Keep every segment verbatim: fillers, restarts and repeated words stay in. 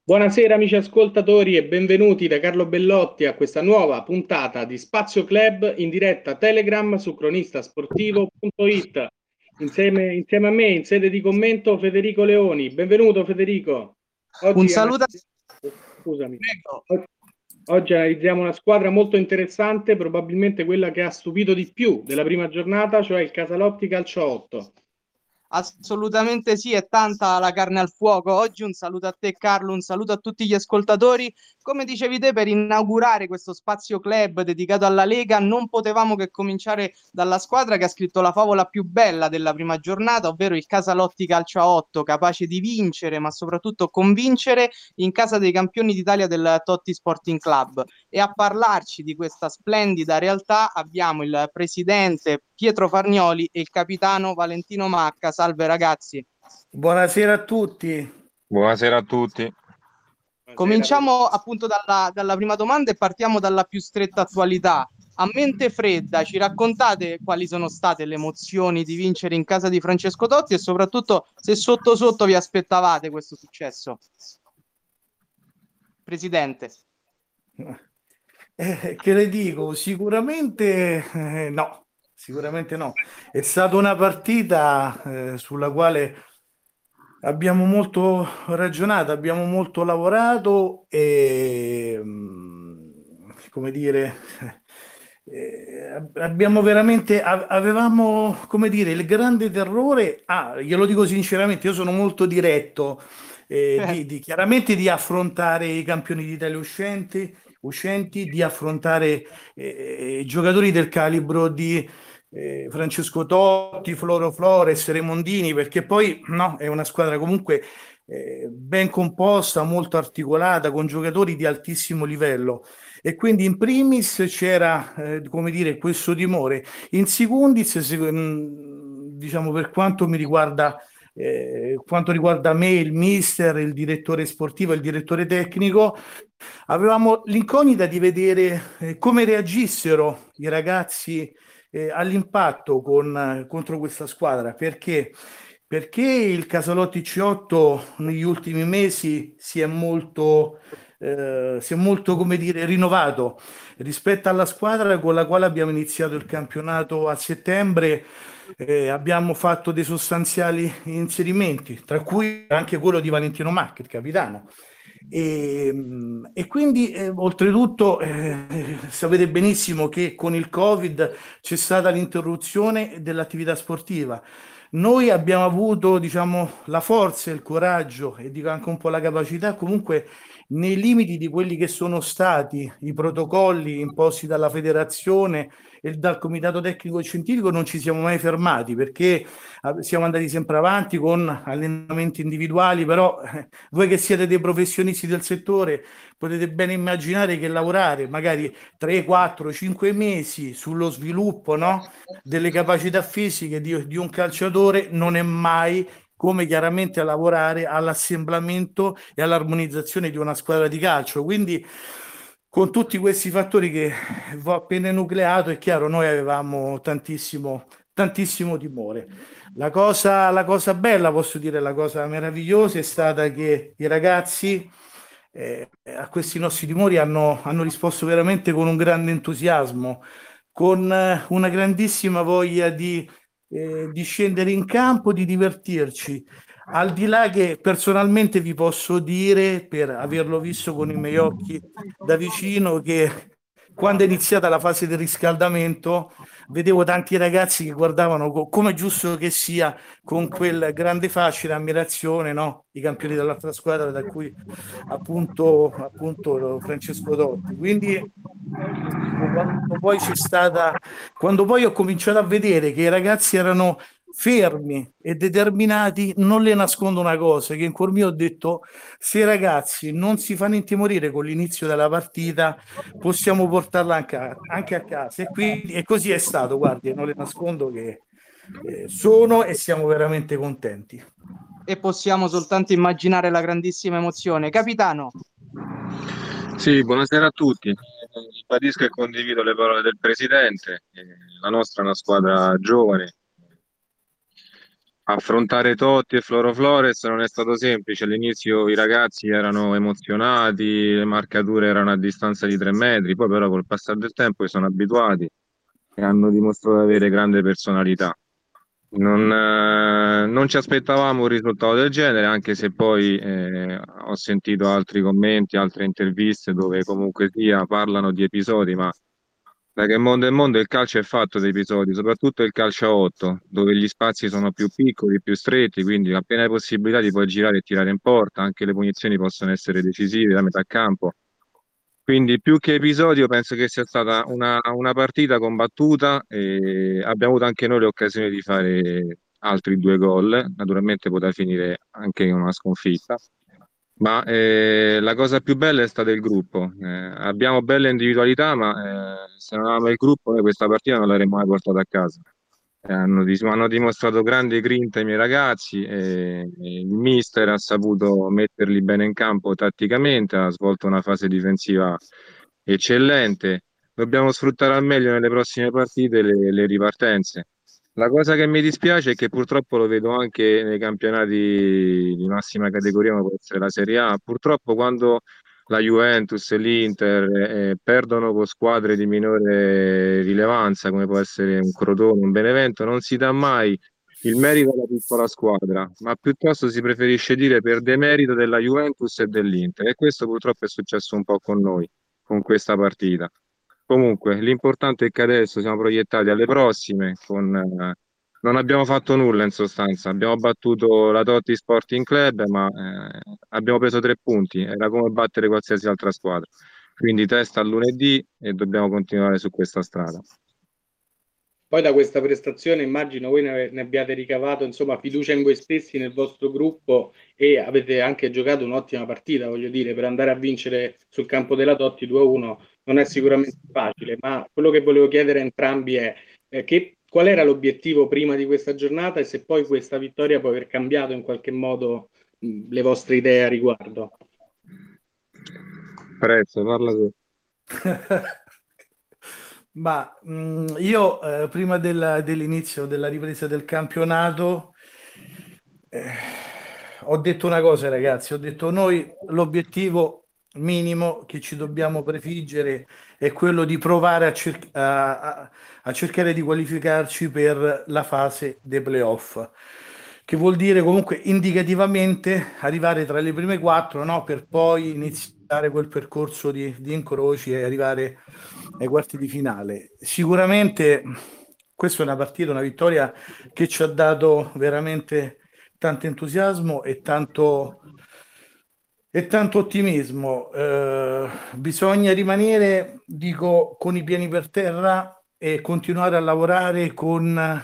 Buonasera amici ascoltatori e benvenuti da Carlo Bellotti a questa nuova puntata di Spazio Club in diretta Telegram su cronistasportivo punto it. Insieme, insieme a me in sede di commento Federico Leoni. Benvenuto Federico. Un Oggi saluto a... analizziamo, scusami. Prego. Oggi analizziamo una squadra molto interessante, probabilmente quella che ha stupito di più della prima giornata, cioè il Casalotti Calcio otto. Assolutamente sì, è tanta la carne al fuoco. Oggi un saluto a te Carlo, un saluto a tutti gli ascoltatori. Come dicevi te, per inaugurare questo spazio club dedicato alla Lega, non potevamo che cominciare dalla squadra che ha scritto la favola più bella della prima giornata, ovvero il Casalotti Calcio otto, capace di vincere, ma soprattutto convincere in casa dei campioni d'Italia del Totti Sporting Club. E a parlarci di questa splendida realtà abbiamo il presidente Pietro Farnioli e il capitano Valentino Macca. Salve ragazzi. Buonasera a tutti. Buonasera a tutti. Cominciamo appunto dalla, dalla prima domanda e partiamo dalla più stretta attualità. A mente fredda, ci raccontate quali sono state le emozioni di vincere in casa di Francesco Totti e soprattutto se sotto sotto vi aspettavate questo successo? Presidente. Eh, che le dico? Sicuramente eh, no, sicuramente no. È stata una partita eh, sulla quale abbiamo molto ragionato, abbiamo molto lavorato e, mm, come dire, eh, abbiamo veramente, a- avevamo, come dire, il grande terrore, ah, glielo dico sinceramente, io sono molto diretto, eh, di, di- chiaramente di affrontare i campioni d'Italia uscenti, uscenti, di affrontare eh, giocatori del calibro di eh, Francesco Totti, Floro Flores, Remondini, perché poi no, è una squadra comunque eh, ben composta, molto articolata, con giocatori di altissimo livello. E quindi in primis c'era, eh, come dire, questo timore. In secundis, se- mh, diciamo, per quanto mi riguarda, eh, quanto riguarda me, il mister, il direttore sportivo, il direttore tecnico, avevamo l'incognita di vedere eh, come reagissero i ragazzi eh, all'impatto con, contro questa squadra. Perché? Perché il Casalotti C otto negli ultimi mesi si è molto, eh, si è molto, come dire, rinnovato rispetto alla squadra con la quale abbiamo iniziato il campionato a settembre. Eh, abbiamo fatto dei sostanziali inserimenti, tra cui anche quello di Valentino Macchi, il capitano. E, e quindi eh, oltretutto eh, sapete benissimo che con il Covid c'è stata l'interruzione dell'attività sportiva. Noi abbiamo avuto, diciamo, la forza, il coraggio e dico anche un po' la capacità, comunque nei limiti di quelli che sono stati i protocolli imposti dalla federazione e dal comitato tecnico scientifico, non ci siamo mai fermati perché eh, siamo andati sempre avanti con allenamenti individuali, però eh, voi che siete dei professionisti del settore potete bene immaginare che lavorare magari tre, quattro, cinque mesi sullo sviluppo, no, delle capacità fisiche di, di un calciatore non è mai come chiaramente lavorare all'assemblamento e all'armonizzazione di una squadra di calcio. Quindi con tutti questi fattori che ho appena enucleato, è chiaro, noi avevamo tantissimo, tantissimo timore. La cosa, la cosa bella, posso dire, la cosa meravigliosa è stata che i ragazzi eh, a questi nostri timori hanno, hanno risposto veramente con un grande entusiasmo, con eh, una grandissima voglia di, eh, di scendere in campo, di divertirci. Al di là che personalmente vi posso dire, per averlo visto con i miei occhi da vicino, che quando è iniziata la fase del riscaldamento, vedevo tanti ragazzi che guardavano, co- come è giusto che sia, con quel grande fascino e ammirazione, no? I campioni dell'altra squadra, da cui appunto, appunto Francesco Totti. Quindi quando poi c'è stata, quando poi ho cominciato a vedere che i ragazzi erano fermi e determinati, non le nascondo una cosa, che in cuor mio ho detto, se i ragazzi non si fanno intimorire con l'inizio della partita, possiamo portarla anche a, anche a casa. E, quindi, e così è stato, guardi, non le nascondo che eh, sono e siamo veramente contenti. E possiamo soltanto immaginare la grandissima emozione. Capitano. Sì, buonasera a tutti. Ribadisco e condivido le parole del presidente. Eh, La nostra è una squadra giovane, affrontare Totti e Floro Flores non è stato semplice. All'inizio i ragazzi erano emozionati, le marcature erano a distanza di tre metri, poi però col passare del tempo si sono abituati e hanno dimostrato di avere grande personalità. Non, eh, non ci aspettavamo un risultato del genere, anche se poi eh, ho sentito altri commenti, altre interviste dove comunque sia parlano di episodi, ma da che mondo è mondo il calcio è fatto di episodi, soprattutto il calcio a otto, dove gli spazi sono più piccoli, più stretti, quindi appena hai possibilità di puoi girare e tirare in porta, anche le punizioni possono essere decisive da metà campo. Quindi più che episodio penso che sia stata una, una partita combattuta e abbiamo avuto anche noi le occasioni di fare altri due gol, naturalmente poteva finire anche in una sconfitta, ma eh, la cosa più bella è stata il gruppo. Eh, abbiamo belle individualità, ma eh, se non avevamo il gruppo noi questa partita non l'avremmo mai portata a casa. Eh, hanno, dis- hanno dimostrato grande grinta i miei ragazzi e, e il mister ha saputo metterli bene in campo tatticamente, ha svolto una fase difensiva eccellente. Dobbiamo sfruttare al meglio nelle prossime partite le, le ripartenze. La cosa che mi dispiace è che purtroppo lo vedo anche nei campionati di massima categoria, come può essere la Serie A. Purtroppo quando la Juventus e l'Inter eh, perdono con squadre di minore rilevanza, come può essere un Crotone, un Benevento, non si dà mai il merito alla piccola squadra, ma piuttosto si preferisce dire per demerito della Juventus e dell'Inter. E questo purtroppo è successo un po' con noi, con questa partita. Comunque, l'importante è che adesso siamo proiettati alle prossime, con, eh, non abbiamo fatto nulla in sostanza, abbiamo battuto la Totti Sporting Club, ma eh, abbiamo preso tre punti, era come battere qualsiasi altra squadra. Quindi testa a lunedì e dobbiamo continuare su questa strada. Poi da questa prestazione immagino voi ne, ne abbiate ricavato insomma fiducia in voi stessi, nel vostro gruppo e avete anche giocato un'ottima partita, voglio dire, per andare a vincere sul campo della Totti due a uno non è sicuramente facile, ma quello che volevo chiedere a entrambi è eh, che, qual era l'obiettivo prima di questa giornata e se poi questa vittoria può aver cambiato in qualche modo mh, le vostre idee a riguardo. Prezzo, parla tu. Ma mh, io eh, prima della- dell'inizio della ripresa del campionato eh, ho detto una cosa, ragazzi, ho detto noi l'obiettivo minimo che ci dobbiamo prefiggere è quello di provare a, cer- a- a- a cercare di qualificarci per la fase dei playoff, che vuol dire comunque indicativamente arrivare tra le prime quattro, no? Per poi iniziare quel percorso di, di incroci e arrivare ai quarti di finale. Sicuramente questa è una partita, una vittoria che ci ha dato veramente tanto entusiasmo e tanto, e tanto ottimismo. Eh, bisogna rimanere, dico, con i piedi per terra e continuare a lavorare con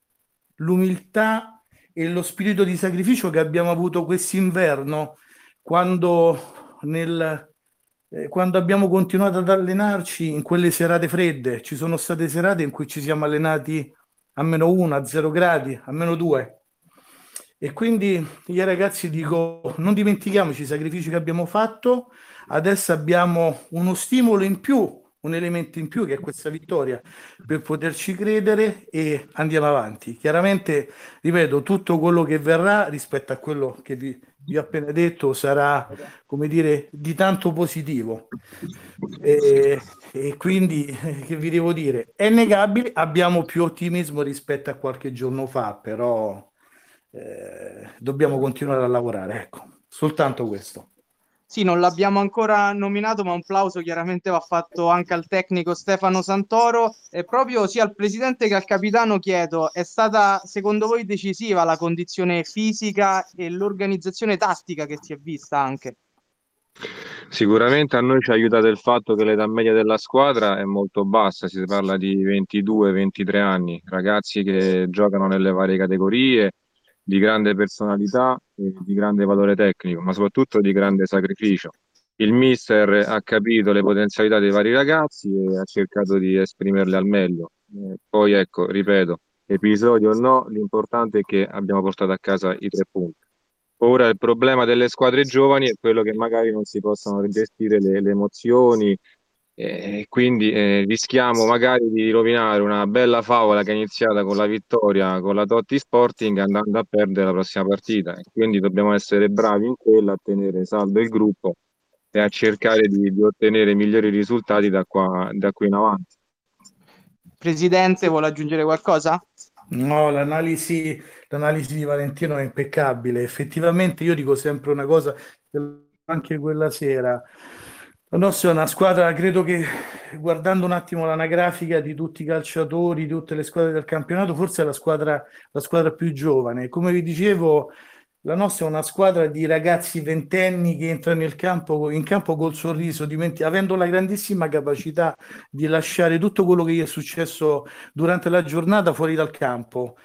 l'umiltà e lo spirito di sacrificio che abbiamo avuto quest'inverno quando nel eh, quando abbiamo continuato ad allenarci in quelle serate fredde. Ci sono state serate in cui ci siamo allenati a meno uno, a zero gradi, a meno due. E quindi io ragazzi dico, non dimentichiamoci i sacrifici che abbiamo fatto, adesso abbiamo uno stimolo in più, un elemento in più che è questa vittoria per poterci credere e andiamo avanti. Chiaramente, ripeto, tutto quello che verrà rispetto a quello che vi, vi ho appena detto sarà, come dire, di tanto positivo. E, e quindi, eh, che vi devo dire, è innegabile, abbiamo più ottimismo rispetto a qualche giorno fa, però eh, dobbiamo continuare a lavorare, ecco, soltanto questo. Sì, non l'abbiamo ancora nominato, ma un plauso chiaramente va fatto anche al tecnico Stefano Santoro e proprio sia al presidente che al capitano chiedo, è stata secondo voi decisiva la condizione fisica e l'organizzazione tattica che si è vista anche? Sicuramente a noi ci ha aiutato il fatto che l'età media della squadra è molto bassa, si parla di ventidue ventitré anni, ragazzi che giocano nelle varie categorie, di grande personalità e di grande valore tecnico, ma soprattutto di grande sacrificio. Il mister ha capito le potenzialità dei vari ragazzi e ha cercato di esprimerle al meglio. Eh, poi ecco, ripeto, episodio o no, l'importante è che abbiamo portato a casa i tre punti. Ora il problema delle squadre giovani è quello che magari non si possono gestire le, le emozioni E quindi eh, rischiamo magari di rovinare una bella favola che è iniziata con la vittoria con la Totti Sporting andando a perdere la prossima partita. E quindi dobbiamo essere bravi in quella, a tenere saldo il gruppo e a cercare di, di ottenere migliori risultati da qua, da qui in avanti. Presidente, vuole aggiungere qualcosa? No, l'analisi, l'analisi di Valentino è impeccabile. Effettivamente io dico sempre una cosa, anche quella sera. La nostra è una squadra, credo che guardando un attimo l'anagrafica di tutti i calciatori, di tutte le squadre del campionato, forse è la squadra, la squadra più giovane. Come vi dicevo, la nostra è una squadra di ragazzi ventenni che entrano nel campo, in campo col sorriso, dimenti- avendo la grandissima capacità di lasciare tutto quello che gli è successo durante la giornata fuori dal campo.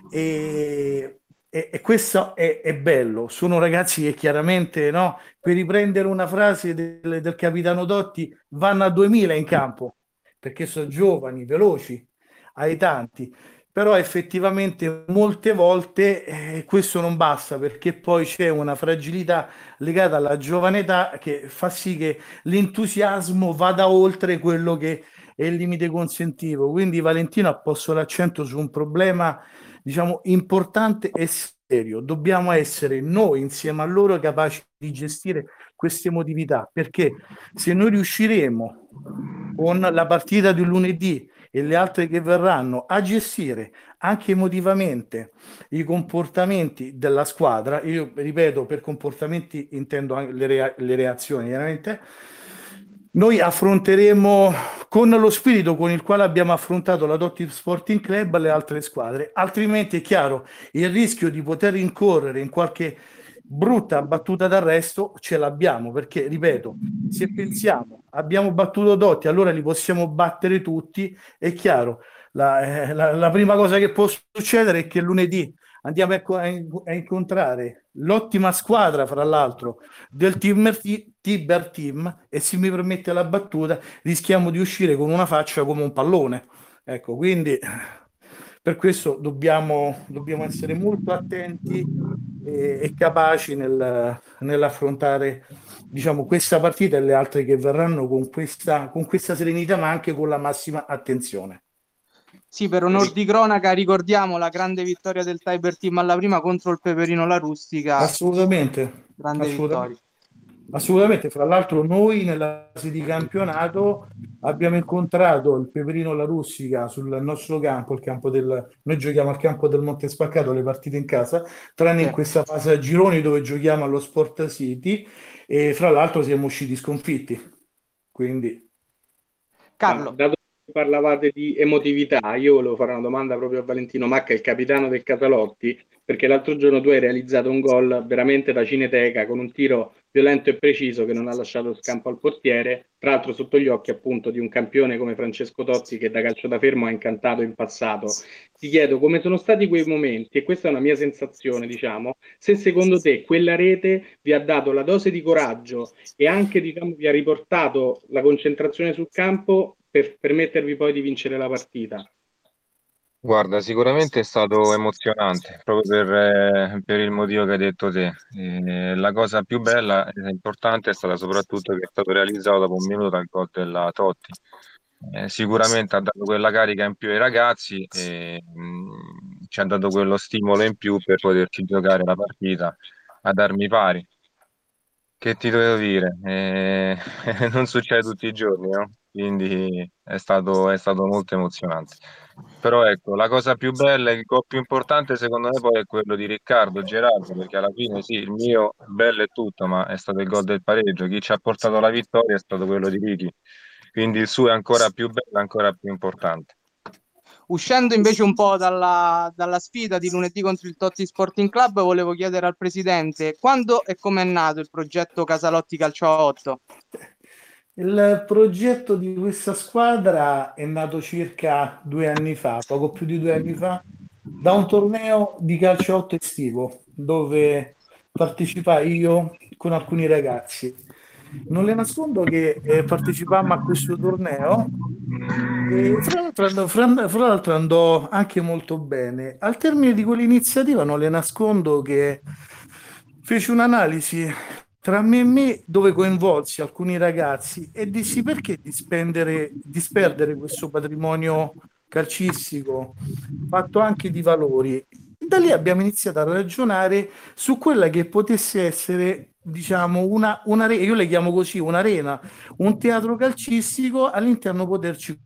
E, e- e questo è, è bello. Sono ragazzi che chiaramente, no, per riprendere una frase del, del capitano Dotti, vanno a duemila in campo perché sono giovani, veloci, aitanti. Però effettivamente molte volte eh, questo non basta perché poi c'è una fragilità legata alla giovane età che fa sì che l'entusiasmo vada oltre quello che è il limite consentito. Quindi Valentino ha posto l'accento su un problema, diciamo, importante e serio. Dobbiamo essere noi insieme a loro capaci di gestire queste emotività, perché se noi riusciremo con la partita di lunedì e le altre che verranno a gestire anche emotivamente i comportamenti della squadra, io ripeto, per comportamenti intendo anche le, rea- le reazioni, chiaramente, noi affronteremo con lo spirito con il quale abbiamo affrontato la Totti Sporting Club le altre squadre, altrimenti è chiaro il rischio di poter incorrere in qualche brutta battuta d'arresto ce l'abbiamo, perché ripeto, se pensiamo abbiamo battuto Dotti, allora li possiamo battere tutti, è chiaro, la, eh, la, la prima cosa che può succedere è che lunedì andiamo a, a, a incontrare l'ottima squadra, fra l'altro, del Tiber, Tiber Team, e se mi permette la battuta, rischiamo di uscire con una faccia come un pallone. Ecco, quindi per questo dobbiamo, dobbiamo essere molto attenti e, e capaci nel, nell'affrontare, diciamo, questa partita e le altre che verranno con questa, con questa serenità, ma anche con la massima attenzione. Sì, per onor di cronaca ricordiamo la grande vittoria del Tiber Team alla prima contro il Peperino La Rustica. Assolutamente. Grande assolutamente. vittoria. Assolutamente, fra l'altro noi nella fase di campionato abbiamo incontrato il Peperino La Rustica sul nostro campo, il campo del, noi giochiamo al campo del Monte Spaccato le partite in casa, tranne Sì. in questa fase a gironi dove giochiamo allo Sport City, e fra l'altro siamo usciti sconfitti. Quindi Carlo. Dato che parlavate di emotività, io volevo fare una domanda proprio a Valentino Macca, il capitano del Casalotti, perché l'altro giorno tu hai realizzato un gol veramente da cineteca con un tiro violento e preciso che non ha lasciato scampo al portiere, tra l'altro sotto gli occhi appunto di un campione come Francesco Totti che da calcio da fermo ha incantato in passato. Ti chiedo come sono stati quei momenti, e questa è una mia sensazione, diciamo, se secondo te quella rete vi ha dato la dose di coraggio e anche, diciamo, vi ha riportato la concentrazione sul campo per permettervi poi di vincere la partita. Guarda, sicuramente è stato emozionante, proprio per, eh, per il motivo che hai detto te. Eh, la cosa più bella e importante è stata soprattutto che è stato realizzato dopo un minuto dal gol della Totti. Eh, sicuramente ha dato quella carica in più ai ragazzi e mh, ci ha dato quello stimolo in più per poterci giocare la partita ad armi pari. Che ti devo dire? Eh, non succede tutti i giorni, no? Quindi è stato, è stato molto emozionante. Però ecco, la cosa più bella e il gol più importante secondo me poi è quello di Riccardo Gerardo, perché alla fine sì, il mio bello è tutto, ma è stato il gol del pareggio. Chi ci ha portato la vittoria è stato quello di Ricky. Quindi il suo è ancora più bello, ancora più importante. Uscendo invece un po' dalla, dalla sfida di lunedì contro il Totti Sporting Club, volevo chiedere al presidente quando e come è nato il progetto Casalotti Calcio a otto? Il progetto di questa squadra è nato circa due anni fa, poco più di due anni fa, da un torneo di calcio a otto estivo dove partecipai io con alcuni ragazzi. Non le nascondo che eh, partecipammo a questo torneo e fra l'altro, andò, fra, fra l'altro andò anche molto bene. Al termine di quell'iniziativa non le nascondo che feci un'analisi tra me e me, dove coinvolsi alcuni ragazzi e dissi: perché dispendere, disperdere questo patrimonio calcistico fatto anche di valori? E da lì abbiamo iniziato a ragionare su quella che potesse essere, diciamo, una, una io le chiamo così, un'arena, un teatro calcistico all'interno poterci.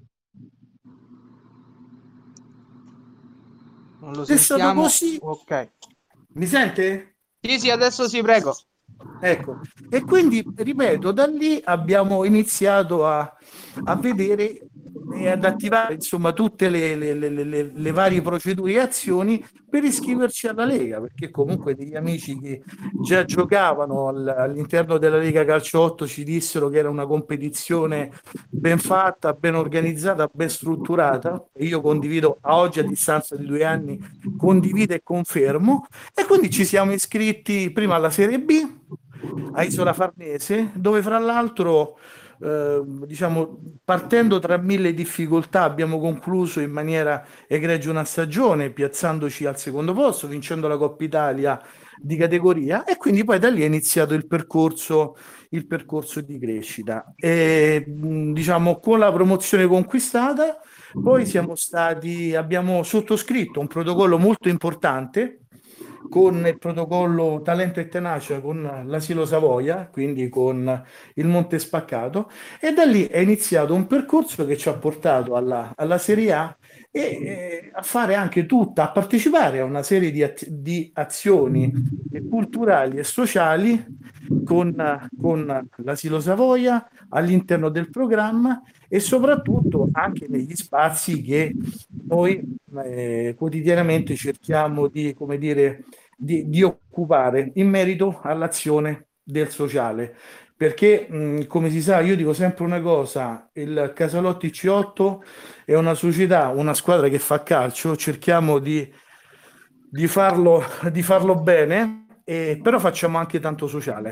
Non lo È stato sentiamo. così. Ok. Mi sente? Sì, sì, adesso sì, prego. Ecco, e quindi, ripeto, da lì abbiamo iniziato a, a vedere e ad attivare, insomma, tutte le, le, le, le, le varie procedure e azioni per iscriverci alla Lega, perché comunque degli amici che già giocavano all, all'interno della Lega Calcio otto ci dissero che era una competizione ben fatta, ben organizzata, ben strutturata, e io condivido, a oggi a distanza di due anni, condivido e confermo, e quindi ci siamo iscritti prima alla Serie B, a Isola Farnese, dove fra l'altro, eh, diciamo, partendo tra mille difficoltà, abbiamo concluso in maniera egregia una stagione, piazzandoci al secondo posto, vincendo la Coppa Italia di categoria, e quindi poi da lì è iniziato il percorso, il percorso di crescita. E, diciamo, con la promozione conquistata, poi siamo stati, abbiamo sottoscritto un protocollo molto importante con il protocollo Talento e Tenacia con l'Asilo Savoia, quindi con il Monte Spaccato, e da lì è iniziato un percorso che ci ha portato alla, alla Serie A e eh, a fare anche tutta, a partecipare a una serie di, az- di azioni culturali e sociali con, con l'Asilo Savoia all'interno del programma, e soprattutto anche negli spazi che noi eh, quotidianamente cerchiamo di, come dire, di, di occupare in merito all'azione del sociale. Perché, mh, come si sa, io dico sempre una cosa: il Casalotti C otto è una società, una squadra che fa calcio, cerchiamo di, di farlo, di farlo bene, e, però facciamo anche tanto sociale.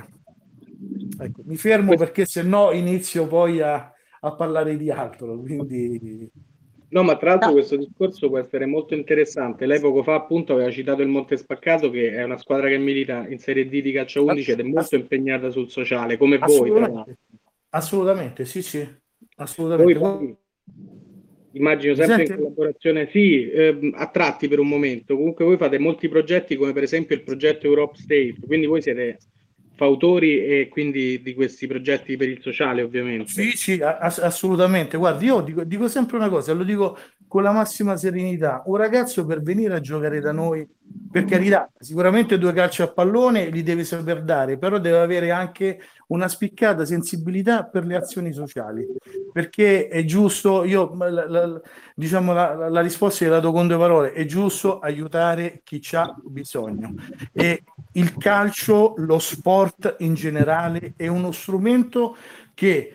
Ecco, mi fermo perché se no inizio poi a, a parlare di altro, quindi... No, ma tra l'altro questo discorso può essere molto interessante. Lei poco fa appunto aveva citato il Monte Spaccato, che è una squadra che milita in Serie D di calcio undici ed è molto impegnata sul sociale, come voi, tra l'altro. Assolutamente, assolutamente, sì, sì, Voi assolutamente. poi, immagino Mi sempre in sente? collaborazione, sì, ehm, a tratti per un momento. Comunque voi fate molti progetti, come per esempio il progetto Europe State, quindi voi siete fautori e quindi di questi progetti per il sociale, ovviamente. Sì, sì, ass- assolutamente. Guardi, io dico, dico sempre una cosa, lo dico con la massima serenità: un ragazzo per venire a giocare da noi, per carità, sicuramente due calci a pallone li deve saper dare, però deve avere anche una spiccata sensibilità per le azioni sociali, perché è giusto, io la, la- diciamo la, la risposta gliela do con due parole: è giusto aiutare chi c'ha bisogno. E il calcio, lo sport in generale, è uno strumento che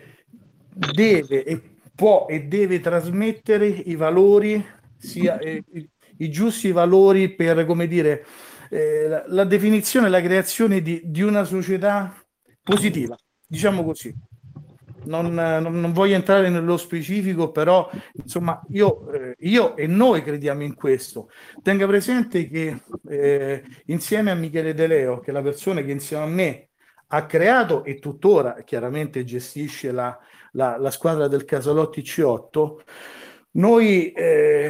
deve e può e deve trasmettere i valori, sia eh, i, i giusti valori per, come dire, eh, la, la definizione, la creazione di, di una società positiva, diciamo così. Non, non, non voglio entrare nello specifico, però insomma io, eh, io e noi crediamo in questo. Tenga presente che eh, insieme a Michele De Leo, che è la persona che insieme a me ha creato e tuttora chiaramente gestisce la, la, la squadra del Casalotti C otto, noi eh,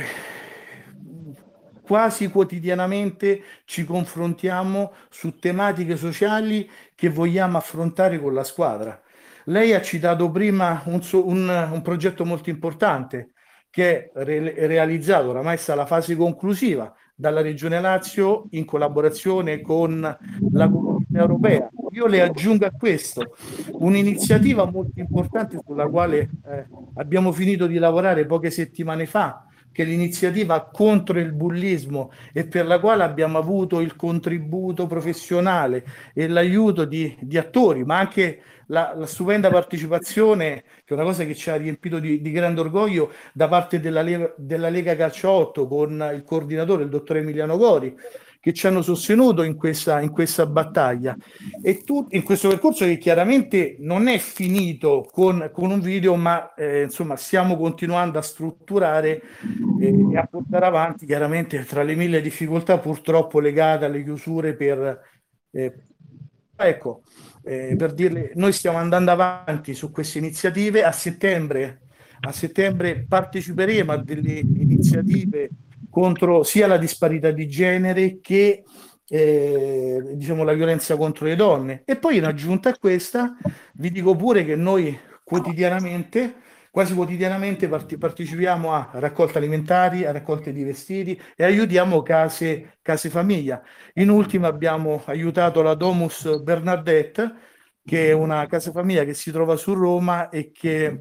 quasi quotidianamente ci confrontiamo su tematiche sociali che vogliamo affrontare con la squadra. Lei ha citato prima un, un, un progetto molto importante che è re, realizzato, oramai sta alla fase conclusiva, dalla Regione Lazio in collaborazione con la Comunità Europea. Io le aggiungo a questo un'iniziativa molto importante sulla quale eh, abbiamo finito di lavorare poche settimane fa, che è l'iniziativa contro il bullismo, e per la quale abbiamo avuto il contributo professionale e l'aiuto di, di attori, ma anche la, la stupenda partecipazione, che è una cosa che ci ha riempito di, di grande orgoglio, da parte della, Lega, della Lega Calcio otto, con il coordinatore, il dottor Emiliano Gori, che ci hanno sostenuto in questa, in questa battaglia, e tu, in questo percorso che chiaramente non è finito con, con un video, ma eh, insomma stiamo continuando a strutturare eh, e a portare avanti, chiaramente tra le mille difficoltà purtroppo legate alle chiusure per, eh, ecco, eh, per dirle, noi stiamo andando avanti su queste iniziative. A settembre, a settembre parteciperemo a delle iniziative contro sia la disparità di genere che eh, diciamo la violenza contro le donne. E poi in aggiunta a questa vi dico pure che noi quotidianamente, quasi quotidianamente part- partecipiamo a raccolte alimentari, a raccolte di vestiti e aiutiamo case, case famiglia. In ultimo abbiamo aiutato la Domus Bernadette, che è una casa famiglia che si trova su Roma e che,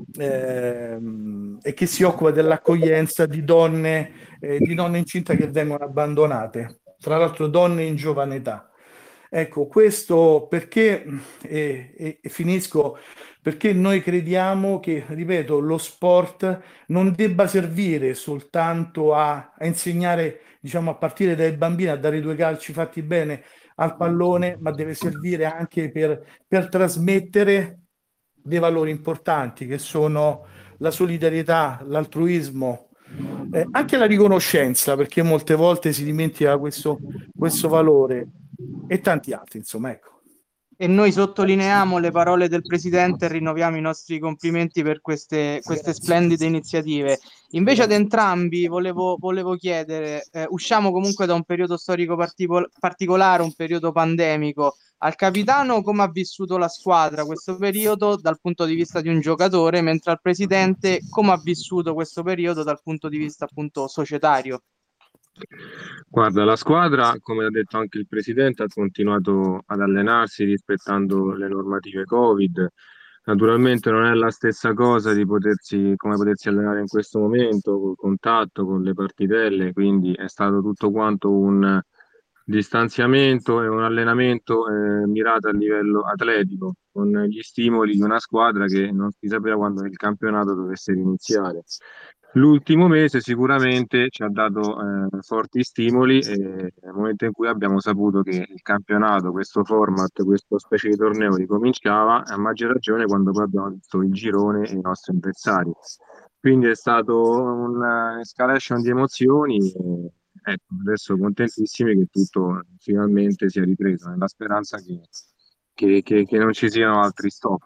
ehm, e che si occupa dell'accoglienza di donne, eh, di donne incinte che vengono abbandonate, tra l'altro donne in giovane età. Ecco, questo perché, e, e- e finisco, perché noi crediamo che, ripeto, lo sport non debba servire soltanto a, a insegnare, diciamo, a partire dai bambini a dare due calci fatti bene al pallone, ma deve servire anche per, per trasmettere dei valori importanti che sono la solidarietà, l'altruismo, eh, anche la riconoscenza, perché molte volte si dimentica questo, questo valore e tanti altri, insomma, ecco. E noi sottolineiamo le parole del Presidente e rinnoviamo i nostri complimenti per queste, queste Grazie. splendide iniziative. Invece ad Grazie. entrambi volevo, volevo chiedere, eh, usciamo comunque da un periodo storico partipol- particolare, un periodo pandemico. Al capitano come ha vissuto la squadra questo periodo dal punto di vista di un giocatore, mentre al Presidente come ha vissuto questo periodo dal punto di vista appunto societario? Guarda, la squadra, come ha detto anche il presidente, ha continuato ad allenarsi rispettando le normative Covid. Naturalmente non è la stessa cosa di potersi, come potersi allenare in questo momento, col contatto, con le partitelle, quindi è stato tutto quanto un distanziamento e un allenamento eh, mirato a livello atletico, con gli stimoli di una squadra che non si sapeva quando il campionato dovesse iniziare. L'ultimo mese sicuramente ci ha dato eh, forti stimoli e nel momento in cui abbiamo saputo che il campionato, questo format, questo specie di torneo ricominciava, a maggior ragione quando poi abbiamo visto il girone e i nostri avversari. Quindi è stato un'escalation di emozioni e ecco, adesso contentissimi che tutto finalmente sia ripreso, nella speranza che, che- che- che non ci siano altri stop.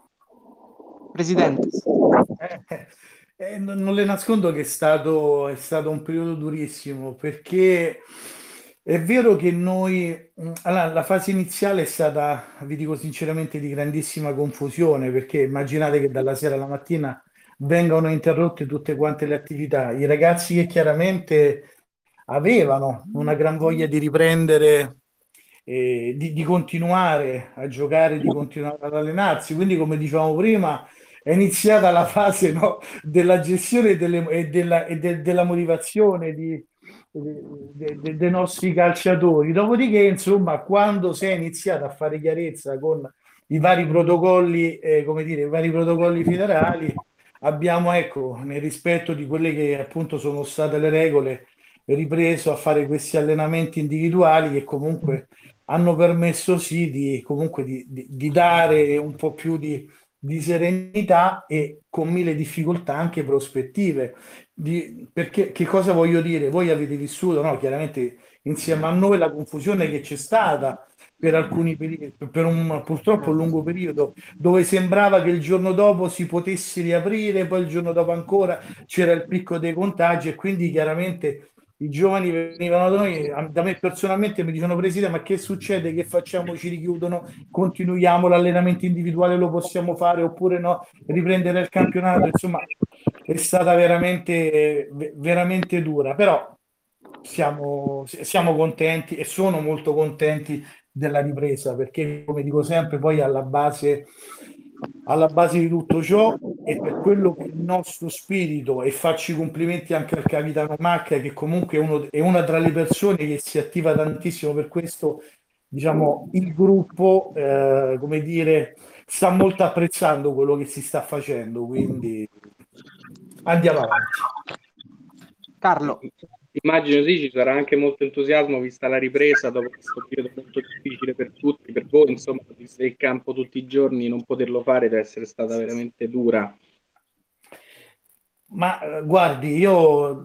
Presidente. Eh, eh, non, non le nascondo che è stato, è stato un periodo durissimo perché è vero che noi, mh, allora, la fase iniziale è stata, vi dico sinceramente, di grandissima confusione perché immaginate che dalla sera alla mattina vengano interrotte tutte quante le attività. I ragazzi che chiaramente avevano una gran voglia di riprendere, eh, di, di continuare a giocare, di continuare ad allenarsi. Quindi, come dicevamo prima, è iniziata la fase, no, della gestione delle- e, della, e de- della motivazione di- de- de- dei nostri calciatori. Dopodiché, insomma, quando si è iniziato a fare chiarezza con i vari protocolli, eh, come dire, i vari protocolli federali, abbiamo, ecco, nel rispetto di quelle che appunto sono state le regole, ripreso a fare questi allenamenti individuali che comunque hanno permesso sì di, comunque di, di- di dare un po' più di, di serenità e con mille difficoltà anche prospettive. Di- perché che cosa voglio dire? Voi avete vissuto, no, chiaramente insieme a noi la confusione che c'è stata per alcuni periodi, per un purtroppo un lungo periodo, dove sembrava che il giorno dopo si potesse riaprire, poi il giorno dopo ancora c'era il picco dei contagi e quindi chiaramente i giovani venivano da noi, da me personalmente mi dicono Presidente, ma che succede? Che facciamo? Ci richiudono? Continuiamo l'allenamento individuale? Lo possiamo fare oppure no? Riprendere il campionato? Insomma, è stata veramente, veramente dura, però siamo, siamo contenti e sono molto contenti della ripresa perché, come dico sempre, poi alla base, alla base di tutto ciò e per quello che è il nostro spirito e faccio i complimenti anche al capitano Macca che comunque è, uno, è una tra le persone che si attiva tantissimo per questo, diciamo, il gruppo, eh, come dire, sta molto apprezzando quello che si sta facendo, quindi andiamo avanti. Carlo. Immagino sì, ci sarà anche molto entusiasmo vista la ripresa dopo questo periodo molto difficile per tutti, per voi, insomma, viste il campo tutti i giorni, non poterlo fare deve essere stata veramente dura. Ma eh, guardi, io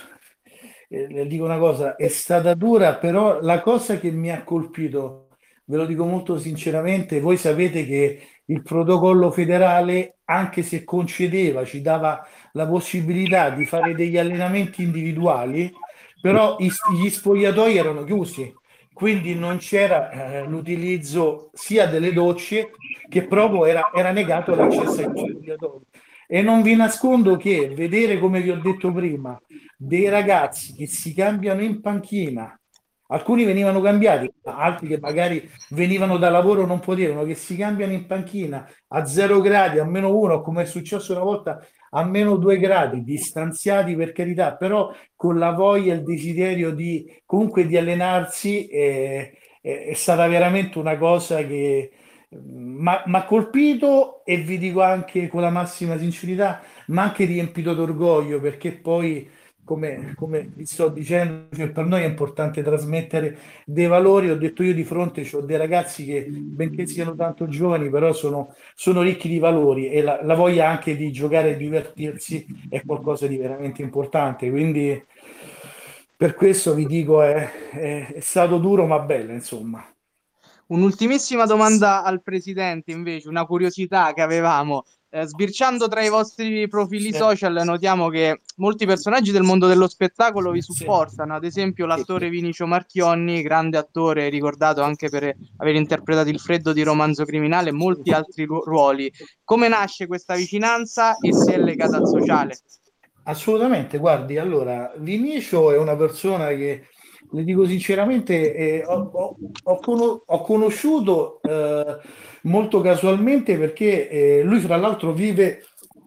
eh, le dico una cosa, è stata dura, però la cosa che mi ha colpito ve lo dico molto sinceramente, voi sapete che il protocollo federale, anche se concedeva, ci dava la possibilità di fare degli allenamenti individuali, però i- gli spogliatoi erano chiusi, quindi non c'era eh, l'utilizzo sia delle docce che proprio era, era negato l'accesso agli spogliatoi. E non vi nascondo che vedere, come vi ho detto prima, dei ragazzi che si cambiano in panchina, alcuni venivano cambiati, altri che magari venivano da lavoro non potevano, che si cambiano in panchina a zero gradi, a meno uno, come è successo una volta, a meno due gradi, distanziati per carità, però con la voglia e il desiderio di comunque di allenarsi, eh, è, è stata veramente una cosa che mi ha colpito, e vi dico anche con la massima sincerità, ma anche riempito d'orgoglio, perché poi, come, come vi sto dicendo, cioè, per noi è importante trasmettere dei valori. Ho detto, io di fronte ho dei ragazzi che, benché siano tanto giovani, però sono, sono ricchi di valori, e la, la voglia anche di giocare e divertirsi è qualcosa di veramente importante. Quindi per questo vi dico, è, è, è stato duro ma bello, insomma. Un'ultimissima domanda al presidente, invece, una curiosità che avevamo. Eh, sbirciando tra i vostri profili Sì. social, notiamo che molti personaggi del mondo dello spettacolo vi Sì. supportano, ad esempio l'attore Vinicio Marchionni, grande attore, ricordato anche per aver interpretato il Freddo di Romanzo Criminale, e molti altri ru- ruoli. Come nasce questa vicinanza e se è legata al sociale? Assolutamente, guardi, allora, Vinicio è una persona che, le dico sinceramente, eh, ho, ho- ho cono- ho conosciuto eh, molto casualmente, perché eh, lui fra l'altro vive,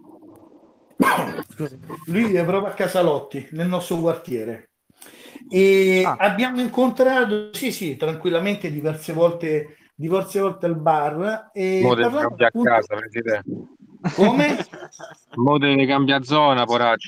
scusi, lui vive proprio a Casalotti, nel nostro quartiere. E Ah, abbiamo incontrato, sì, sì, tranquillamente diverse volte, diverse volte al bar, Mo e deve parlavamo cambiare appunto. casa, presidente. Come? Mo deve cambiare zona, poraccio.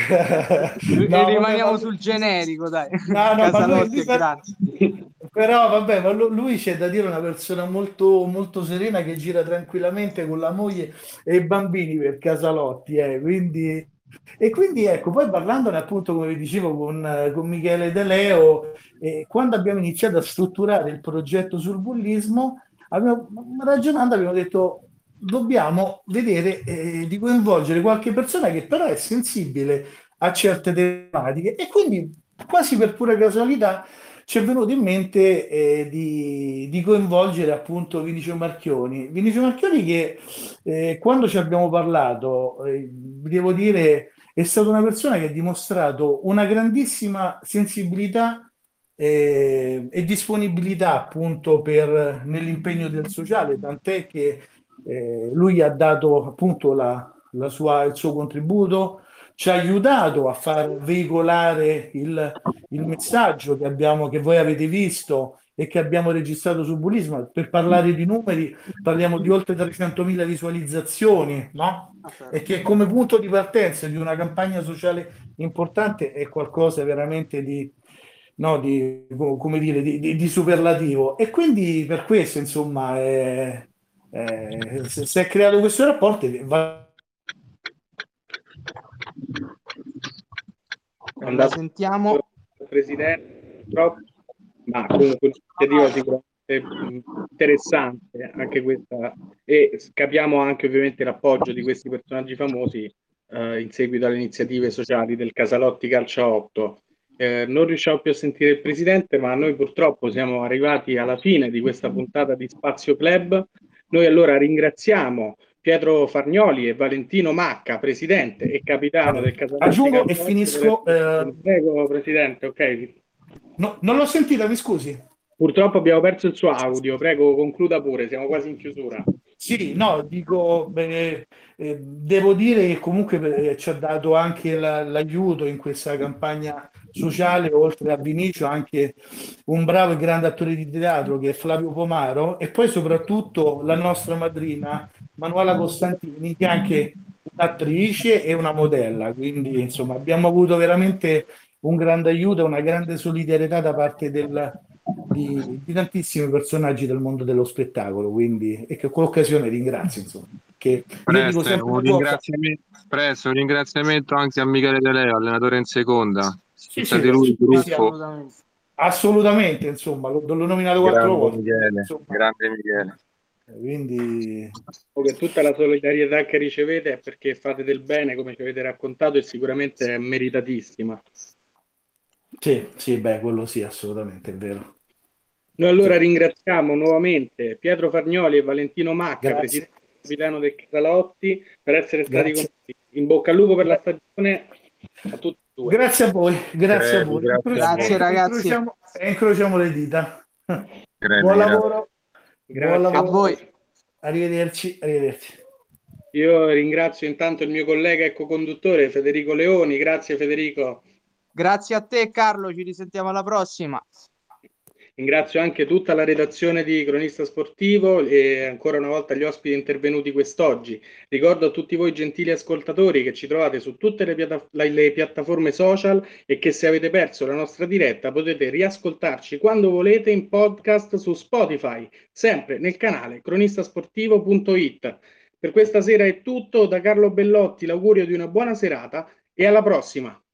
e No, vabbè, ma rimaniamo lui, sul generico, dai. no, no, ma lui, Casalotti lui è sa- grande. però vabbè, ma lu- lui c'è da dire, una persona molto, molto serena, che gira tranquillamente con la moglie e i bambini per Casalotti, eh, quindi, e quindi ecco, poi parlandone appunto, come vi dicevo, con, eh, con Michele De Leo, eh, quando abbiamo iniziato a strutturare il progetto sul bullismo, abbiamo, ragionando, abbiamo detto, dobbiamo vedere eh, di coinvolgere qualche persona che però è sensibile a certe tematiche, e quindi quasi per pura casualità ci è venuto in mente eh, di, di coinvolgere appunto Vinicio Marchioni. Vinicio Marchioni che eh, quando ci abbiamo parlato, eh, devo dire, è stata una persona che ha dimostrato una grandissima sensibilità eh, e disponibilità appunto per, nell'impegno del sociale, tant'è che eh, lui ha dato appunto la, la sua, il suo contributo, ci ha aiutato a far veicolare il, il messaggio che abbiamo, che voi avete visto e che abbiamo registrato su Bullismo. Per parlare di numeri, parliamo di oltre trecentomila visualizzazioni, no? E che come punto di partenza di una campagna sociale importante è qualcosa veramente di, no, di, come dire, di, di, di superlativo. E quindi per questo, insomma, è, è, si è creato questo rapporto e va. La sentiamo. Presidente, purtroppo, ma comunque un'iniziativa sicuramente interessante anche questa, e capiamo anche ovviamente l'appoggio di questi personaggi famosi eh, in seguito alle iniziative sociali del Casalotti Calcio otto. Eh, non riusciamo più a sentire il presidente, ma noi purtroppo siamo arrivati alla fine di questa puntata di Spazio Club. Noi allora ringraziamo Pietro Fargnoli e Valentino Macca, presidente e capitano del Casalotti Aggiungo e Calcio otto. finisco. Eh, Prego, presidente, ok. no, non l'ho sentita, mi scusi. Purtroppo abbiamo perso il suo audio, prego concluda pure, siamo quasi in chiusura. Sì, no, dico, beh, eh, devo dire che comunque eh, ci ha dato anche la- l'aiuto in questa campagna sociale, oltre a Vinicio, anche un bravo e grande attore di teatro che è Flavio Pomaro, e poi soprattutto la nostra madrina Manuela Costantini, che è anche un'attrice e una modella. Quindi insomma abbiamo avuto veramente un grande aiuto e una grande solidarietà da parte del, di, di tantissimi personaggi del mondo dello spettacolo, quindi, e che con l'occasione ringrazio, insomma, che io dico Presto, sempre un una cosa. ringraziamento, presto, un ringraziamento anche a Michele De Leo, allenatore in seconda. Sì, Siete sì, lui il sì, sì, gruppo. Assolutamente. Assolutamente, insomma, l'ho, l'ho nominato quattro Grande volte. Michele, Insomma, grande Michele. quindi Per tutta la solidarietà che ricevete è perché fate del bene, come ci avete raccontato, e sicuramente è meritatissima. sì, sì, beh, quello sì, assolutamente, è vero. Noi allora Sì. ringraziamo nuovamente Pietro Fargnoli e Valentino Macca, Grazie. presidente e capitano del Casalotti, per essere stati con Grazie. noi. In bocca al lupo per la stagione a tutti e due. Grazie a voi, grazie a Crepi, voi. grazie a Incroci- Grazie voi. ragazzi, Incrociamo, incrociamo le dita. Crepi, Buon grazie. lavoro, Grazie buon a lavoro. voi. Arrivederci, arrivederci. Io ringrazio intanto il mio collega e co-conduttore Federico Leoni. Grazie Federico. Grazie a te Carlo, ci risentiamo alla prossima. Ringrazio anche tutta la redazione di Cronista Sportivo e ancora una volta gli ospiti intervenuti quest'oggi. Ricordo a tutti voi gentili ascoltatori che ci trovate su tutte le, piatta- le piattaforme social e che se avete perso la nostra diretta potete riascoltarci quando volete in podcast su Spotify, sempre nel canale cronistasportivo punto it. Per questa sera è tutto, da Carlo Bellotti l'augurio di una buona serata e alla prossima.